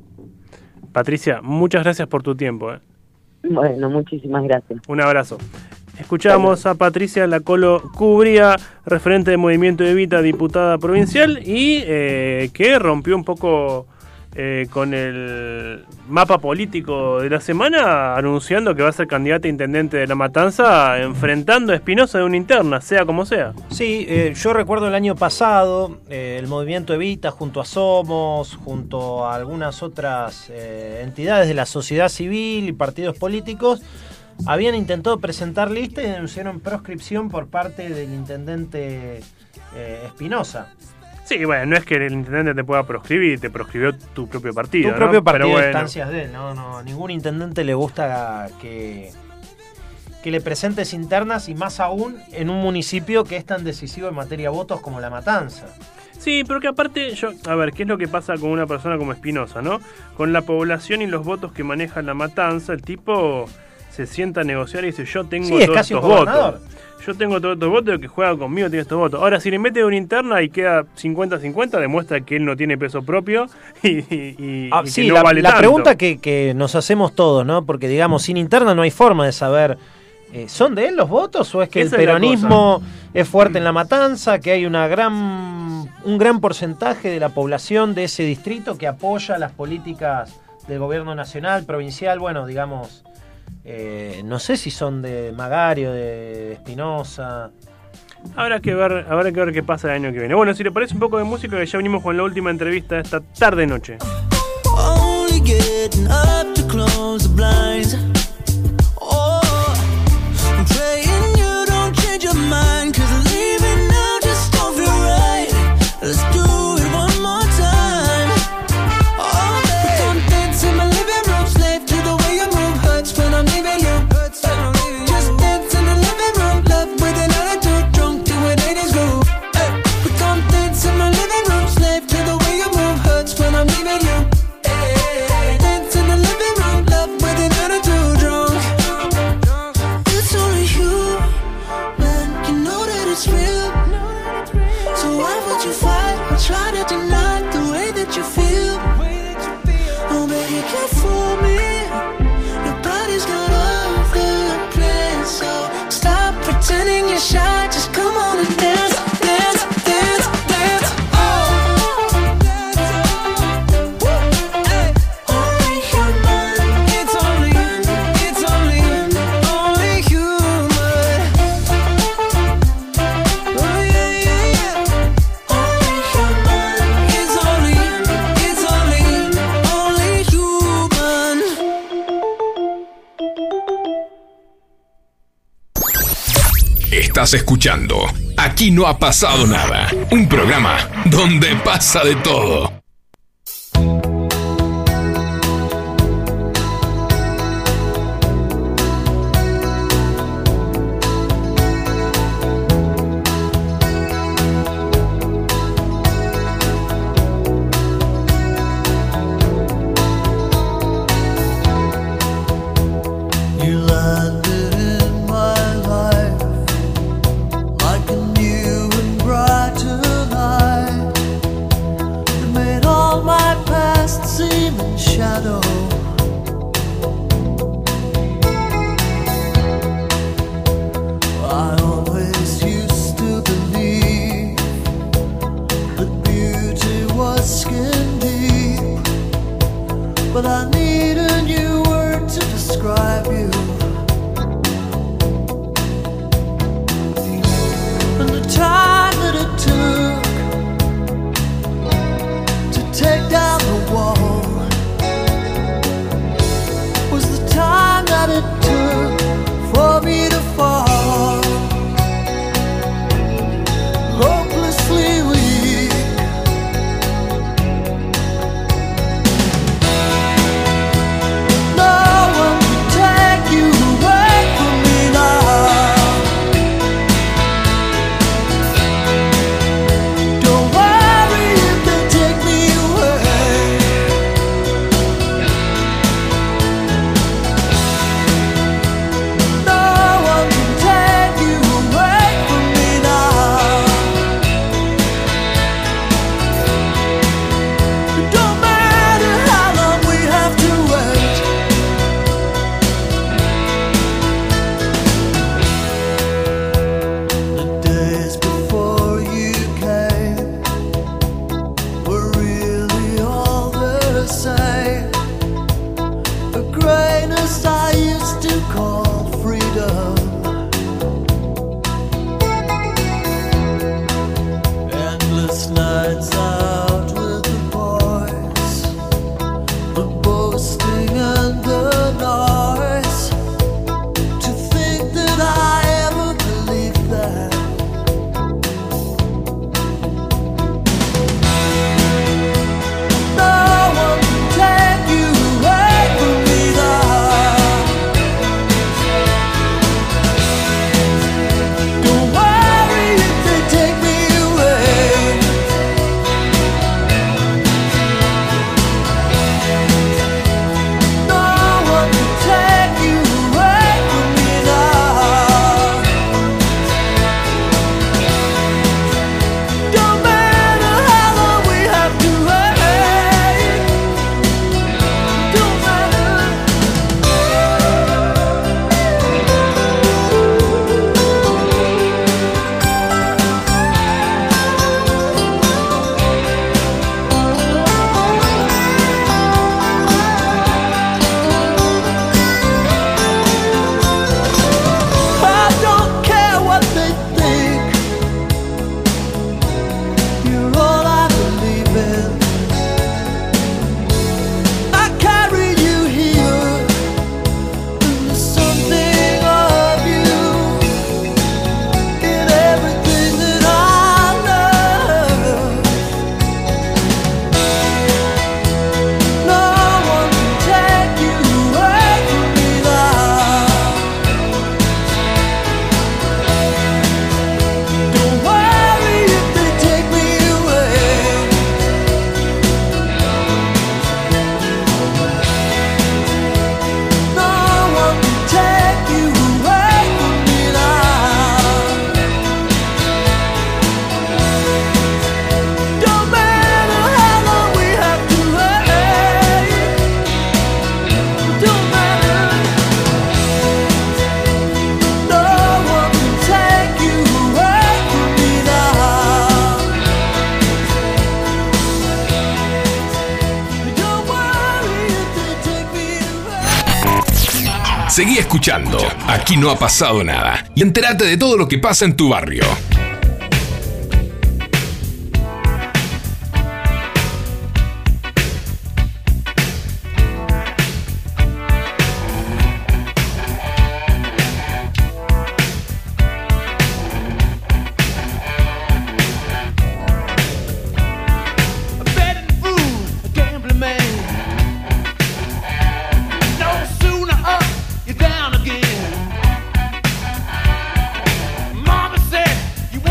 Patricia, muchas gracias por tu tiempo. ¿eh? Bueno, muchísimas gracias. Un abrazo. Escuchamos a Patricia Lacolo Cubría, referente de Movimiento Evita, diputada provincial, y eh, que rompió un poco eh, con el mapa político de la semana, anunciando que va a ser candidata a intendente de La Matanza, enfrentando a Espinosa de una interna, sea como sea. Sí, eh, yo recuerdo el año pasado, eh, el Movimiento Evita, junto a Somos, junto a algunas otras eh, entidades de la sociedad civil y partidos políticos, habían intentado presentar lista y denunciaron proscripción por parte del intendente eh, Espinosa. Sí, bueno, no es que el intendente te pueda proscribir, te proscribió tu propio partido, Tu ¿no? propio partido Pero de bueno. instancias de él, no, no, ningún intendente le gusta que, que le presentes internas, y más aún en un municipio que es tan decisivo en materia de votos como La Matanza. Sí, pero que aparte, yo, a ver, ¿qué es lo que pasa con una persona como Espinosa, no? Con la población y los votos que maneja La Matanza, el tipo se sienta a negociar y dice, yo tengo Sí, es todos casi un estos votos. gobernador. Yo tengo todos estos votos, el que juega conmigo tiene estos votos. Ahora, si le mete una interna y queda cincuenta cincuenta, demuestra que él no tiene peso propio y, y, y, Ah, y sí, que no la, vale la tanto. pregunta que, que nos hacemos todos, ¿no? Porque, digamos, sin interna no hay forma de saber, eh, ¿son de él los votos o es que Esa el es la peronismo es fuerte en La Matanza, que hay una gran, un gran porcentaje de la población de ese distrito que apoya las políticas del gobierno nacional, provincial? Bueno, digamos, eh, no sé si son de Magario, de Espinosa. Habrá que ver, habrá que ver qué pasa el año que viene. Bueno, si le parece un poco de música, que ya venimos con la última entrevista de esta tarde-noche. Only getting up to close the blinds. Oh, I'm praying you don't change your mind, 'cause leaving now just don't feel right. Let's do it one more time. Oh, babe, don't dance in my living room, slave to the way you move, hurts when I'm leaving you. Just dance in the living room, love with an attitude, drunk to an eighties groove. Hey, but don't dance in my living room, slave to the way you move, hurts when I'm leaving you. Dance in the living room, love with an attitude, drunk. It's only you, man, you know that it's real. So why would you fight or try to deny the way that you feel? Oh, baby, you can't fool me. Your body's got all the plans, so stop pretending you're shy. Just come on and dance, dance, dance, dance. Oh, only human. It's only, it's only, only human. Oh yeah, yeah, yeah. Only human. It's only, it's only, only human. Estás escuchando Aquí no ha pasado nada, un programa donde pasa de todo. You landed in my life like a new and brighter light that made describe you. And the time that it took to take down the wall was the time that it took for me to fall. Hopelessly weak. No one can take you away from me now. Don't worry if they take me away. No one can take you away from me now. It don't matter how long we have to wait. The days before you came were really all the same. A greatness I used to call freedom. Endless nights out with the boys, the boasting and the noise. To think that I ever believed that. No one can take you away from me now. Don't worry if they take me away. No one can take you away from me now. Don't matter how long we have to wait. Don't matter. I don't care what they think. You're all I believe in. I carry you here, and there's something of you in everything that I love. No one can take you away from me now. Don't worry if they take me away. No one can take you away from me now. Don't matter how long we have to wait. Don't matter. No one can take you away from me now. Don't worry if they take me away. Seguí escuchando. Aquí no ha pasado nada. Y entérate de todo lo que pasa en tu barrio. A betting fool, a gambling man. No sooner up, you're down again. Mama said you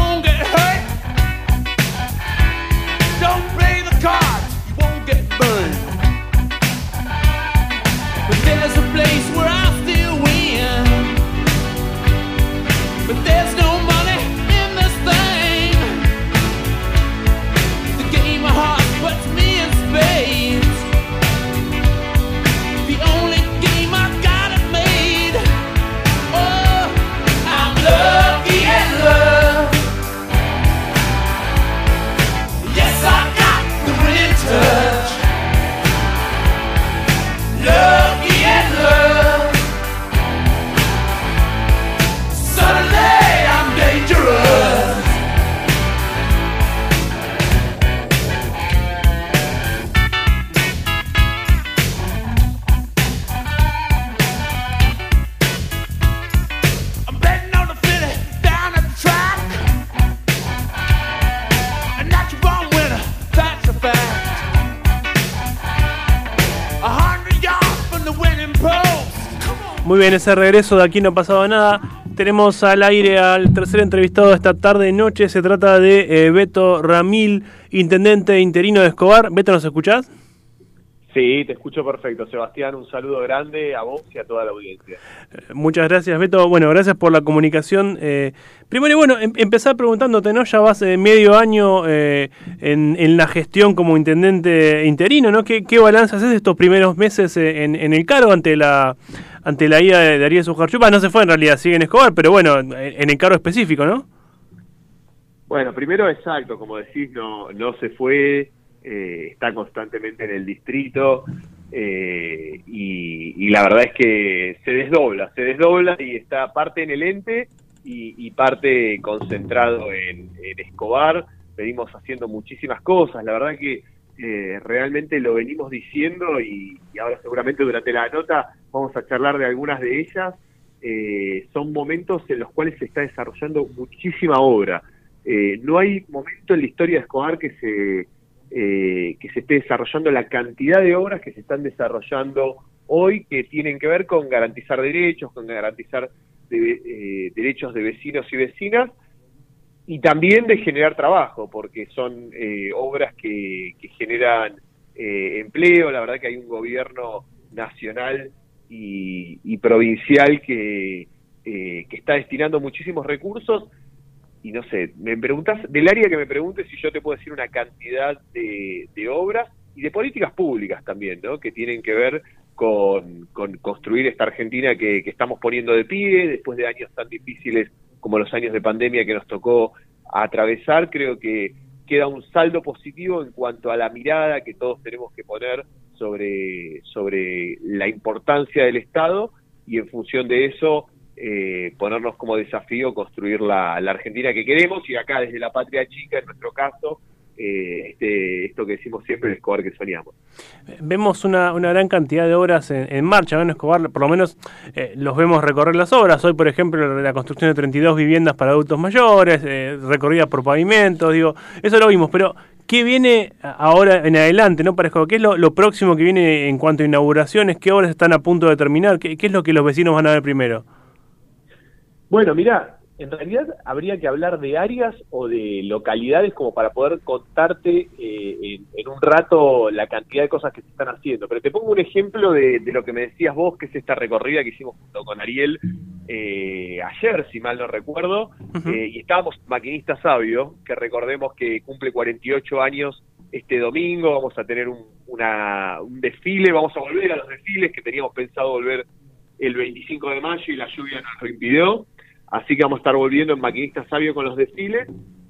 Muy bien, ese regreso de Aquí no ha pasado nada. Tenemos al aire al tercer entrevistado de esta tarde noche. Se trata de eh, Beto Ramil, intendente interino de Escobar. Beto, ¿nos escuchás? Sí, te escucho perfecto, Sebastián. Un saludo grande a vos y a toda la audiencia. Eh, muchas gracias, Beto. Bueno, gracias por la comunicación. Eh, primero, bueno, em empezar preguntándote, ¿no? Ya vas eh, medio año eh, en, en la gestión como intendente interino, ¿no? ¿Qué, qué balance haces de estos primeros meses eh, en, en el cargo ante la ante la ida de, de Ariel Sujarchupa? No se fue en realidad, sigue en Escobar, pero bueno, en, en el cargo específico, ¿no? Bueno, primero, exacto, como decís, no, no se fue. Eh, está constantemente en el distrito eh, y, y la verdad es que se desdobla, se desdobla y está parte en el ente y, y parte concentrado en, en Escobar. Venimos haciendo muchísimas cosas, la verdad que eh, realmente lo venimos diciendo y, y ahora seguramente durante la nota vamos a charlar de algunas de ellas. Eh, son momentos en los cuales se está desarrollando muchísima obra. Eh, no hay momento en la historia de Escobar que se Eh, que se esté desarrollando la cantidad de obras que se están desarrollando hoy, que tienen que ver con garantizar derechos, con garantizar de, eh, derechos de vecinos y vecinas, y también de generar trabajo, porque son eh, obras que, que generan eh, empleo. La verdad que hay un gobierno nacional y, y provincial que, eh, que está destinando muchísimos recursos. Y no sé, me preguntas, del área que me preguntes, si yo te puedo decir una cantidad de, de obras y de políticas públicas también, ¿no? Que tienen que ver con, con construir esta Argentina que, que estamos poniendo de pie, después de años tan difíciles como los años de pandemia que nos tocó atravesar. Creo que queda un saldo positivo en cuanto a la mirada que todos tenemos que poner sobre, sobre la importancia del Estado y en función de eso Eh, ponernos como desafío construir la, la Argentina que queremos, y acá desde la patria chica, en nuestro caso, eh, este, esto que decimos siempre, el Escobar que soñamos. Vemos una, una gran cantidad de obras en, en marcha, ¿no? En Escobar, por lo menos eh, los vemos recorrer las obras. Hoy, por ejemplo, la construcción de treinta y dos viviendas para adultos mayores, eh, recorridas por pavimentos, digo, eso lo vimos, pero ¿qué viene ahora en adelante, no, para Escobar? ¿Qué es lo, lo próximo que viene en cuanto a inauguraciones? ¿Qué obras están a punto de terminar? ¿Qué, qué es lo que los vecinos van a ver primero? Bueno, mirá, en realidad habría que hablar de áreas o de localidades como para poder contarte eh, en, en un rato la cantidad de cosas que se están haciendo. Pero te pongo un ejemplo de, de lo que me decías vos, que es esta recorrida que hicimos junto con Ariel eh, ayer, si mal no recuerdo, uh-huh. eh, y estábamos Maquinista Sabio, que recordemos que cumple cuarenta y ocho años este domingo. Vamos a tener un, una, un desfile, vamos a volver a los desfiles que teníamos pensado volver el veinticinco de mayo y la lluvia nos lo impidió. Así que vamos a estar volviendo en Maquinista Sabio con los desfiles.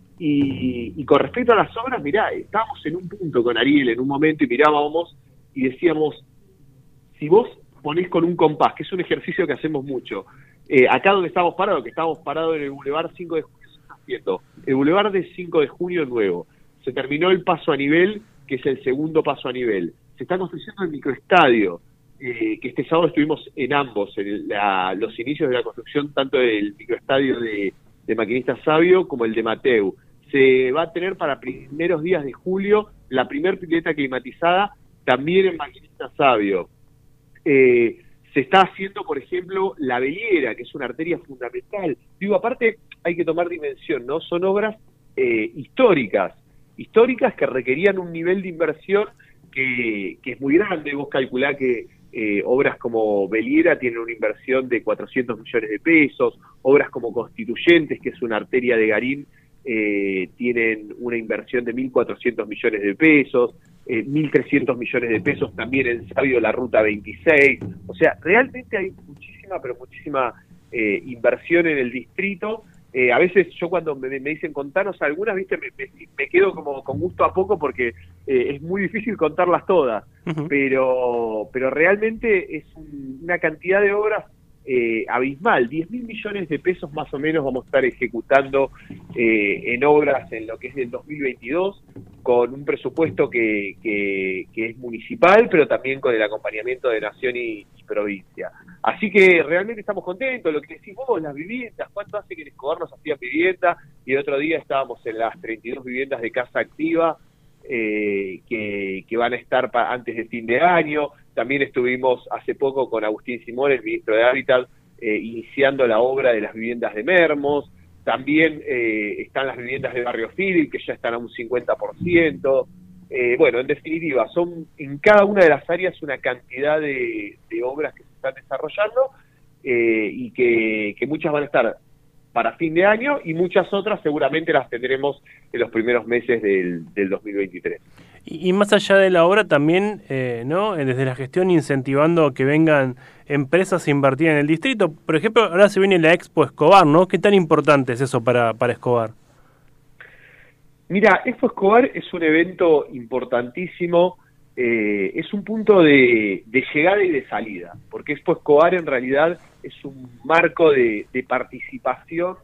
Y, y con respecto a las obras, mirá, estábamos en un punto con Ariel en un momento y mirábamos y decíamos, si vos ponés con un compás, que es un ejercicio que hacemos mucho, eh, acá donde estamos parados, que estamos parados en el Boulevard cinco de junio, se está haciendo el Boulevard de cinco de junio nuevo. Se terminó el paso a nivel, que es el segundo paso a nivel. Se está construyendo el microestadio, Eh, que este sábado estuvimos en ambos, en la, los inicios de la construcción, tanto del microestadio de, de Maquinista Sabio como el de Mateu. Se va a tener para primeros días de julio la primer pileta climatizada también en Maquinista Sabio. Eh, se está haciendo, por ejemplo, la Bellera, que es una arteria fundamental. Digo, aparte hay que tomar dimensión, ¿no? Son obras eh, históricas, históricas que requerían un nivel de inversión que, que es muy grande. Vos calculá que Eh, obras como Beliera tienen una inversión de cuatrocientos millones de pesos, obras como Constituyentes, que es una arteria de Garín, eh, tienen una inversión de mil cuatrocientos millones de pesos, eh, mil trescientos millones de pesos también en Sabio la Ruta veintiséis. O sea, realmente hay muchísima, pero muchísima eh, inversión en el distrito. Eh, a veces yo cuando me, me dicen contanos algunas, viste, me, me, me quedo como con gusto a poco porque eh, es muy difícil contarlas todas, uh-huh. pero pero realmente es un, una cantidad de obras eh, abismal. diez mil millones de pesos más o menos vamos a estar ejecutando eh, en obras en lo que es del dos mil veintidós, con un presupuesto que, que, que es municipal, pero también con el acompañamiento de Nación y, y provincia. Así que realmente estamos contentos. Lo que decís vos, las viviendas, ¿cuánto hace que en Escobar nos hacían vivienda? Y el otro día estábamos en las treinta y dos viviendas de Casa Activa, eh, que, que van a estar pa, antes de fin de año. También estuvimos hace poco con Agustín Simón, el ministro de Hábitat, eh, iniciando la obra de las viviendas de Mermos. También eh, están las viviendas de Barrio Philip, que ya están a un cincuenta por ciento. Eh, bueno, en definitiva, son en cada una de las áreas una cantidad de, de obras que se están desarrollando eh, y que, que muchas van a estar para fin de año y muchas otras seguramente las tendremos en los primeros meses del, del dos mil veintitrés. Y, y más allá de la obra también, eh, ¿no? Desde la gestión incentivando que vengan empresas a invertir en el distrito. Por ejemplo, ahora se viene la Expo Escobar, ¿no? ¿Qué tan importante es eso para, para Escobar? Mira, Expo Escobar es un evento importantísimo, eh, es un punto de, de llegada y de salida, porque Expo Escobar en realidad es un marco de, de participación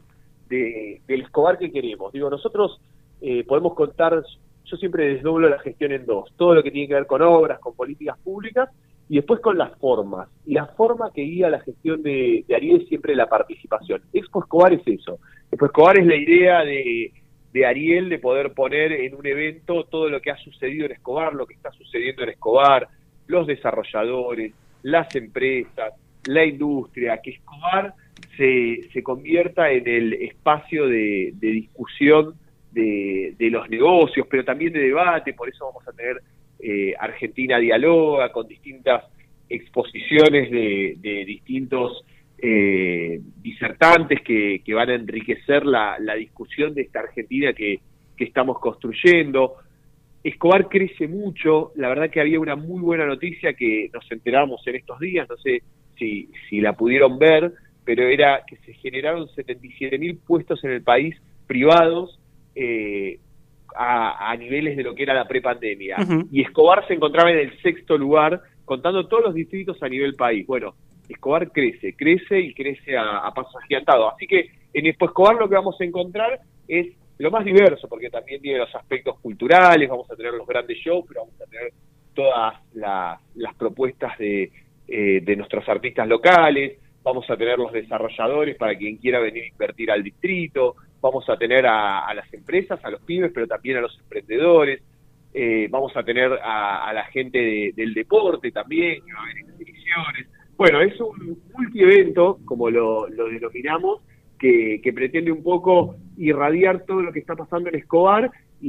de, del Escobar que queremos. Digo, nosotros eh, podemos contar, yo siempre desdoblo la gestión en dos, todo lo que tiene que ver con obras, con políticas públicas, y después con las formas. Y la forma que guía la gestión de, de Ariel es siempre la participación. Expo Escobar es eso. Expo Escobar es la idea de... de Ariel de poder poner en un evento todo lo que ha sucedido en Escobar, lo que está sucediendo en Escobar, los desarrolladores, las empresas, la industria, que Escobar se, se convierta en el espacio de, de discusión de, de los negocios, pero también de debate. Por eso vamos a tener eh, Argentina Dialoga, con distintas exposiciones de, de distintos Eh, disertantes que, que van a enriquecer la, la discusión de esta Argentina que, que estamos construyendo. Escobar crece mucho, la verdad que había una muy buena noticia que nos enteramos en estos días, no sé si, si la pudieron ver, pero era que se generaron setenta y siete mil puestos en el país privados eh, a, a niveles de lo que era la prepandemia. Uh-huh. Y Escobar se encontraba en el sexto lugar, contando todos los distritos a nivel país. Bueno, Escobar crece, crece y crece a, a pasos agigantados. Así que en Expo Escobar lo que vamos a encontrar es lo más diverso, porque también tiene los aspectos culturales, vamos a tener los grandes shows, pero vamos a tener todas la, las propuestas de, eh, de nuestros artistas locales, vamos a tener los desarrolladores para quien quiera venir a invertir al distrito, vamos a tener a, a las empresas, a los pibes, pero también a los emprendedores, eh, vamos a tener a, a la gente de, del deporte también, que va a haber exhibiciones. Bueno, es un multievento, como lo, lo denominamos, que, que pretende un poco irradiar todo lo que está pasando en Escobar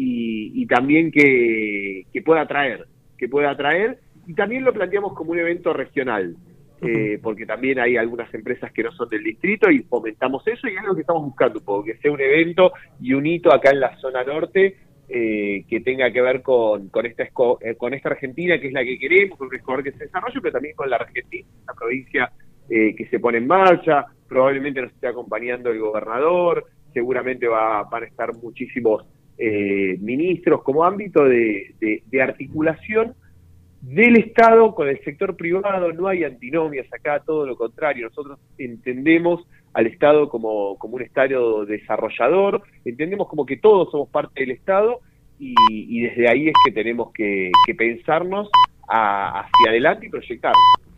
y, y también que, que pueda atraer, que pueda atraer, y también lo planteamos como un evento regional, eh, porque también hay algunas empresas que no son del distrito y fomentamos eso, y es lo que estamos buscando un poco, que sea un evento y un hito acá en la zona norte, Eh, que tenga que ver con, con, esta esco, eh, con esta Argentina que es la que queremos, con un Escobar que se desarrolle, pero también con la Argentina, la provincia eh, que se pone en marcha. Probablemente nos esté acompañando el gobernador, seguramente va, van a estar muchísimos eh, ministros como ámbito de, de, de articulación del Estado con el sector privado. No hay antinomias acá, todo lo contrario. Nosotros entendemos al Estado como, como un Estado desarrollador, entendemos como que todos somos parte del Estado y, y desde ahí es que tenemos que, que pensarnos a, hacia adelante y proyectarnos.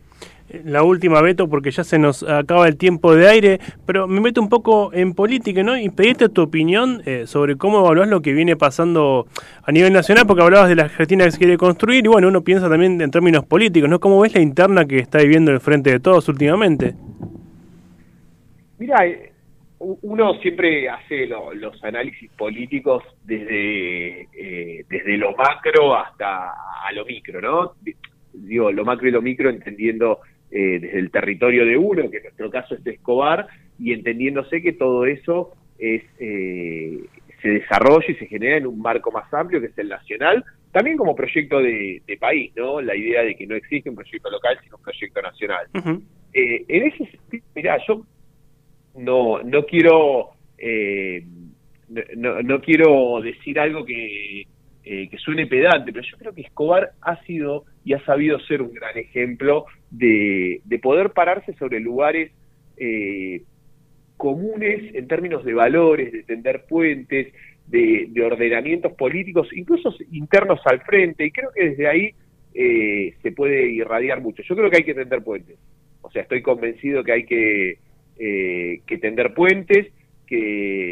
La última, Beto, porque ya se nos acaba el tiempo de aire, pero me meto un poco en política, ¿no? Y pedirte tu opinión eh, sobre cómo evaluás lo que viene pasando a nivel nacional, porque hablabas de la Argentina que se quiere construir, y bueno, uno piensa también en términos políticos, ¿no? ¿Cómo ves la interna que está viviendo el Frente de Todos últimamente? Mira, uno siempre hace lo, los análisis políticos desde, eh, desde lo macro hasta a lo micro, ¿no? Digo, lo macro y lo micro entendiendo eh, desde el territorio de uno, que en nuestro caso es de Escobar, y entendiéndose que todo eso es eh, se desarrolla y se genera en un marco más amplio, que es el nacional, también como proyecto de, de país, ¿no? La idea de que no existe un proyecto local, sino un proyecto nacional. Uh-huh. Eh, en ese sentido, mirá, yo no no quiero eh, no, no quiero decir algo que, eh, que suene pedante, pero yo creo que Escobar ha sido y ha sabido ser un gran ejemplo de, de poder pararse sobre lugares eh, comunes en términos de valores, de tender puentes, de, de ordenamientos políticos, incluso internos al frente, y creo que desde ahí eh, se puede irradiar mucho. Yo creo que hay que tender puentes, o sea, estoy convencido que hay que, eh, que tender puentes, que,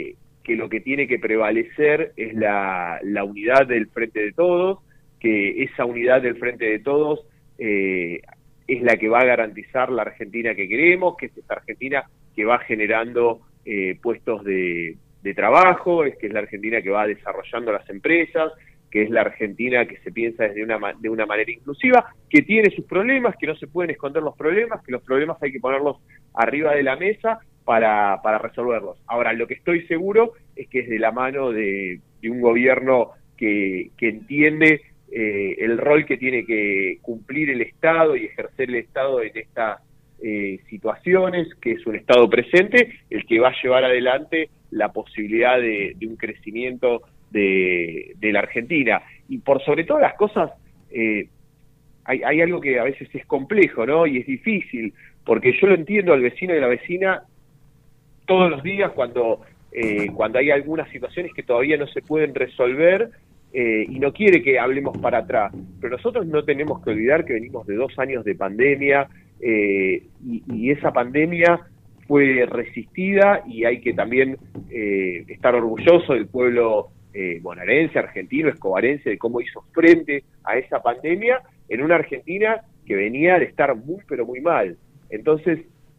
que lo que tiene que prevalecer es la, la unidad del Frente de Todos, que esa unidad del Frente de Todos eh, es la que va a garantizar la Argentina que queremos, que es esta Argentina que va generando eh, puestos de, de trabajo, es que es la Argentina que va desarrollando las empresas, que es la Argentina que se piensa desde una, de una manera inclusiva, que tiene sus problemas, que no se pueden esconder los problemas, que los problemas hay que ponerlos arriba de la mesa para, para resolverlos. Ahora, lo que estoy seguro es que es de la mano de, de un gobierno que, que entiende eh, el rol que tiene que cumplir el Estado y ejercer el Estado en estas eh, situaciones, que es un Estado presente, el que va a llevar adelante la posibilidad de, de un crecimiento De, de la Argentina. Y por sobre todas las cosas, eh, hay, hay algo que a veces es complejo, ¿no? Y es difícil, porque yo lo entiendo al vecino y a la vecina todos los días cuando, eh, cuando hay algunas situaciones que todavía no se pueden resolver eh, y no quiere que hablemos para atrás. Pero nosotros no tenemos que olvidar que venimos de dos años de pandemia eh, y, y esa pandemia fue resistida y hay que también eh, estar orgulloso del pueblo Eh, bonaerense, argentino, escobarense, de cómo hizo frente a esa pandemia en una Argentina que venía de estar muy pero muy mal. Entonces,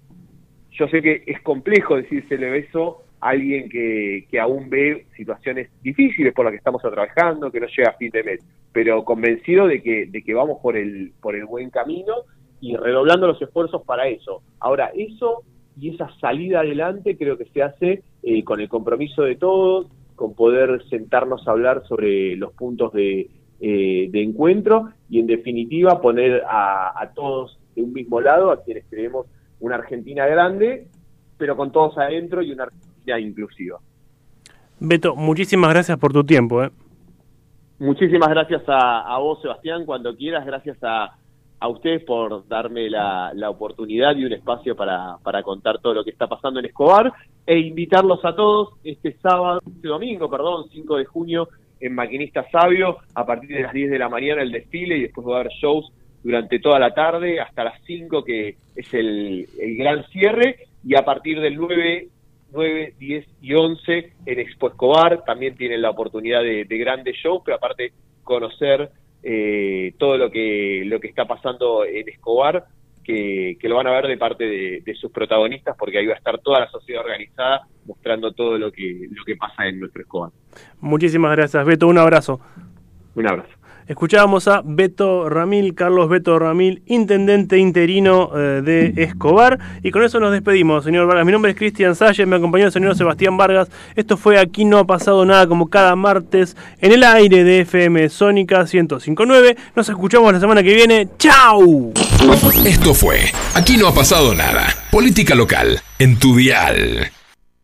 yo sé que es complejo decírsele eso a alguien que, que aún ve situaciones difíciles por las que estamos atravesando, que no llega a fin de mes, pero convencido de que, de que vamos por el, por el buen camino y redoblando los esfuerzos para eso. Ahora, eso y esa salida adelante creo que se hace eh, con el compromiso de todos, con poder sentarnos a hablar sobre los puntos de, eh, de encuentro y en definitiva poner a, a todos de un mismo lado, a quienes queremos una Argentina grande, pero con todos adentro y una Argentina inclusiva. Beto, muchísimas gracias por tu tiempo. ¿eh? Muchísimas gracias a, a vos, Sebastián, cuando quieras, gracias a, a ustedes por darme la, la oportunidad y un espacio para, para contar todo lo que está pasando en Escobar e invitarlos a todos este sábado, este domingo, perdón, cinco de junio en Maquinista Sabio, a partir de las diez de la mañana el desfile y después va a haber shows durante toda la tarde hasta las cinco que es el, el gran cierre y a partir del nueve, nueve, diez y once en Expo Escobar también tienen la oportunidad de, de grandes shows, pero aparte conocer eh, todo lo que, lo que está pasando en Escobar, Que, que lo van a ver de parte de, de sus protagonistas, porque ahí va a estar toda la sociedad organizada mostrando todo lo que lo que pasa en nuestro Escobar. Muchísimas gracias, Beto, un abrazo. Un abrazo. Escuchábamos a Beto Ramil, Carlos Beto Ramil, intendente interino eh, de Escobar, y con eso nos despedimos, señor Vargas. Mi nombre es Cristian Salle, me acompañó el señor Sebastián Vargas. Esto fue Aquí No Ha Pasado Nada, como cada martes en el aire de F M Sónica ciento cinco punto nueve. Nos escuchamos la semana que viene. ¡Chau! Esto fue Aquí No Ha Pasado Nada, política local en tu dial.